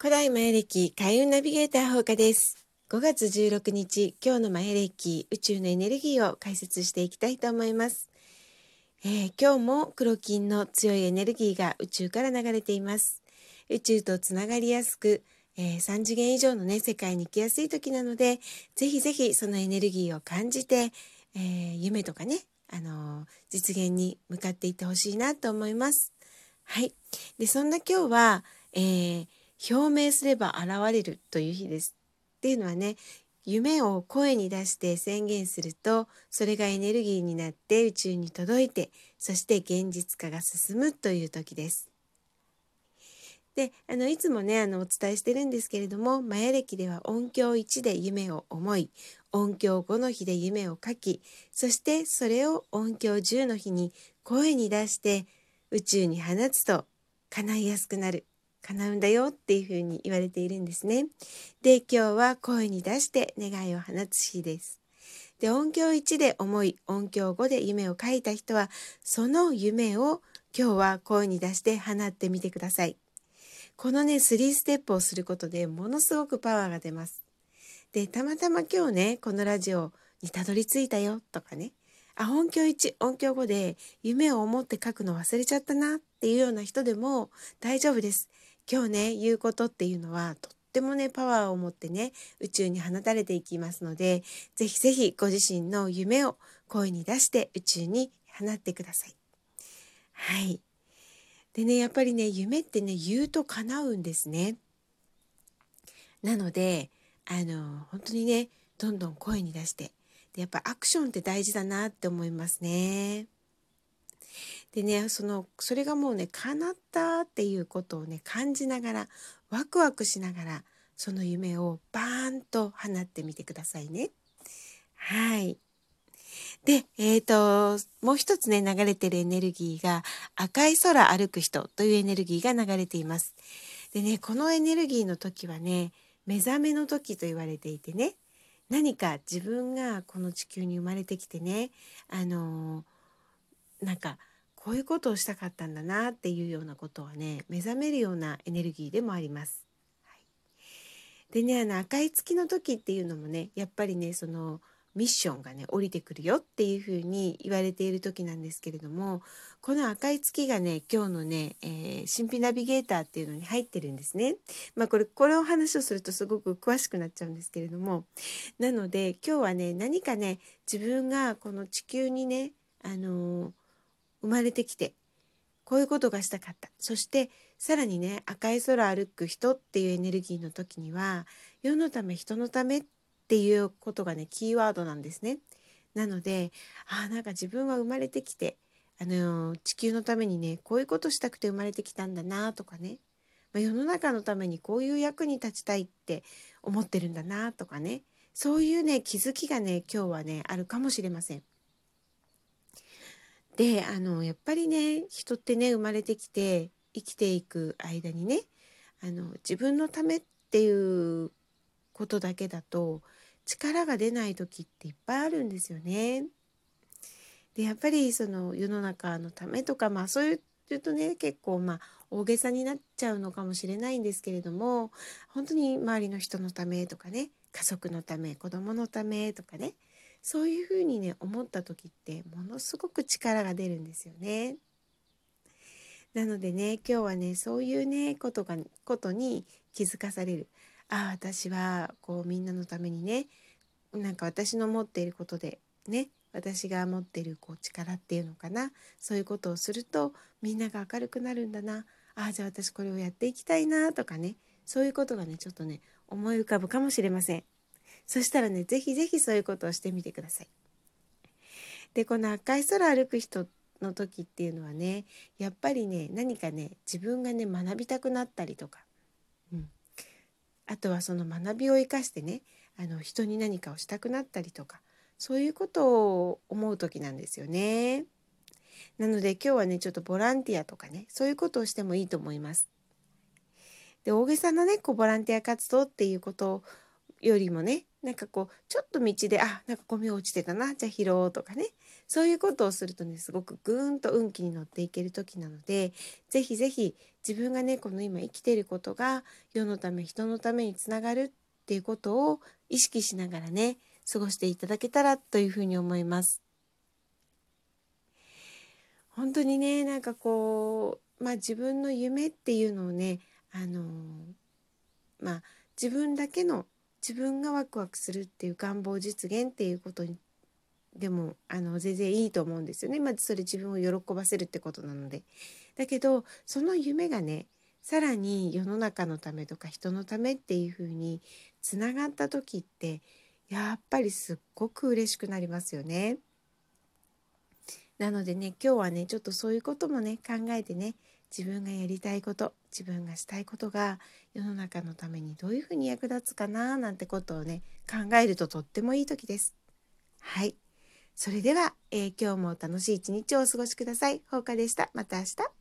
古代マヤ暦開運ナビゲーターほうかです。5月16日、今日のマヤ暦宇宙のエネルギーを解説していきたいと思います。今日も黒金の強いエネルギーが宇宙から流れています。宇宙とつながりやすく、3次元以上のね世界に行きやすい時なので、ぜひぜひそのエネルギーを感じて、夢とかね、実現に向かっていってほしいなと思います。はい。で、そんな今日は、表明すれば現れるという日です。っていうのはね、夢を声に出して宣言すると、それがエネルギーになって宇宙に届いて、そして現実化が進むという時です。で、いつもね、お伝えしてるんですけれども、マヤ暦では音響1で夢を思い、音響5の日で夢を書き、そしてそれを音響10の日に声に出して宇宙に放つと叶いやすくなる。叶うんだよっていうふうに言われているんですね。で、今日は声に出して願いを放つ日です。で、音響1で思い、音響5で夢を書いた人は、その夢を今日は声に出して放ってみてください。このね、3ステップをすることでものすごくパワーが出ます。で、たまたま今日ね、このラジオにたどり着いたよとかね、音響1、音響5で夢を思って書くの忘れちゃったなっていうような人でも大丈夫です。今日ね、言うことっていうのはとってもね、パワーを持ってね、宇宙に放たれていきますので、ぜひぜひご自身の夢を声に出して宇宙に放ってください。はい。でね、やっぱりね、夢ってね、言うと叶うんですね。なので、本当にね、どんどん声に出して、で、やっぱアクションって大事だなって思いますね。でね、それがもうね、叶ったっていうことをね、感じながら、ワクワクしながら、その夢をバーンと放ってみてくださいね。はい。で、もう一つね、流れてるエネルギーが、赤い空歩く人というエネルギーが流れています。でね、このエネルギーの時はね、目覚めの時と言われていてね、何か自分がこの地球に生まれてきてね、なんかこういうことをしたかったんだなっていうようなことはね、目覚めるようなエネルギーでもあります。はい、でね、赤い月の時っていうのもね、やっぱりね、そのミッションがね、降りてくるよっていうふうに言われている時なんですけれども、この赤い月がね、今日のね、神秘ナビゲーターっていうのに入ってるんですね。これを話をするとすごく詳しくなっちゃうんですけれども、なので今日はね、何かね、自分がこの地球にね、生まれてきてこういうことがしたかった。そしてさらにね、赤い空歩く人っていうエネルギーの時には、世のため人のためっていうことがね、キーワードなんですね。なので、なんか自分は生まれてきて、地球のためにね、こういうことしたくて生まれてきたんだなとかね、世の中のためにこういう役に立ちたいって思ってるんだなとかね、そういうね、気づきがね、今日はね、あるかもしれません。で、やっぱりね、人ってね、生まれてきて生きていく間にね、自分のためっていうことだけだと力が出ない時っていっぱいあるんですよね。で、やっぱりその世の中のためとか、そういうとね、結構大げさになっちゃうのかもしれないんですけれども、本当に周りの人のためとかね、家族のため、子供のためとかね、そういうふうにね、思った時ってものすごく力が出るんですよね。なのでね、今日はね、そういうね、ことに気づかされる。私はこうみんなのためにね、なんか私の持っていることでね、私が持っているこう力っていうのかな、そういうことをするとみんなが明るくなるんだな。じゃあ私これをやっていきたいなとかね、そういうことがね、ちょっとね、思い浮かぶかもしれません。そしたらね、ぜひぜひそういうことをしてみてください。で、この赤い空歩く人の時っていうのはね、やっぱりね、何かね、自分がね、学びたくなったりとか、あとはその学びを生かしてね、人に何かをしたくなったりとか、そういうことを思う時なんですよね。なので今日はね、ちょっとボランティアとかね、そういうことをしてもいいと思います。で、大げさなね、こうボランティア活動っていうことよりもね、なんかこうちょっと道でなんかゴミ落ちてたな、じゃあ拾おうとかね、 そういうことをするとね、すごくぐーんと運気に乗っていける時なので、ぜひぜひ自分がね、この今生きていることが世のため人のためにつながるっていうことを意識しながらね、過ごしていただけたらというふうに思います。本当にね、なんかこう、自分の夢っていうのをね、あのまあ自分だけの、自分がワクワクするっていう願望実現っていうことにでも全然いいと思うんですよね。まずそれ自分を喜ばせるってことなので。だけどその夢がね、さらに世の中のためとか人のためっていう風につながった時って、やっぱりすっごく嬉しくなりますよね。なのでね、今日はねちょっとそういうこともね考えてね、自分がやりたいこと、自分がしたいことが世の中のためにどういうふうに役立つかななんてことをね考えるととってもいい時です。はい。それでは、今日も楽しい一日をお過ごしください。ほうかでした。また明日。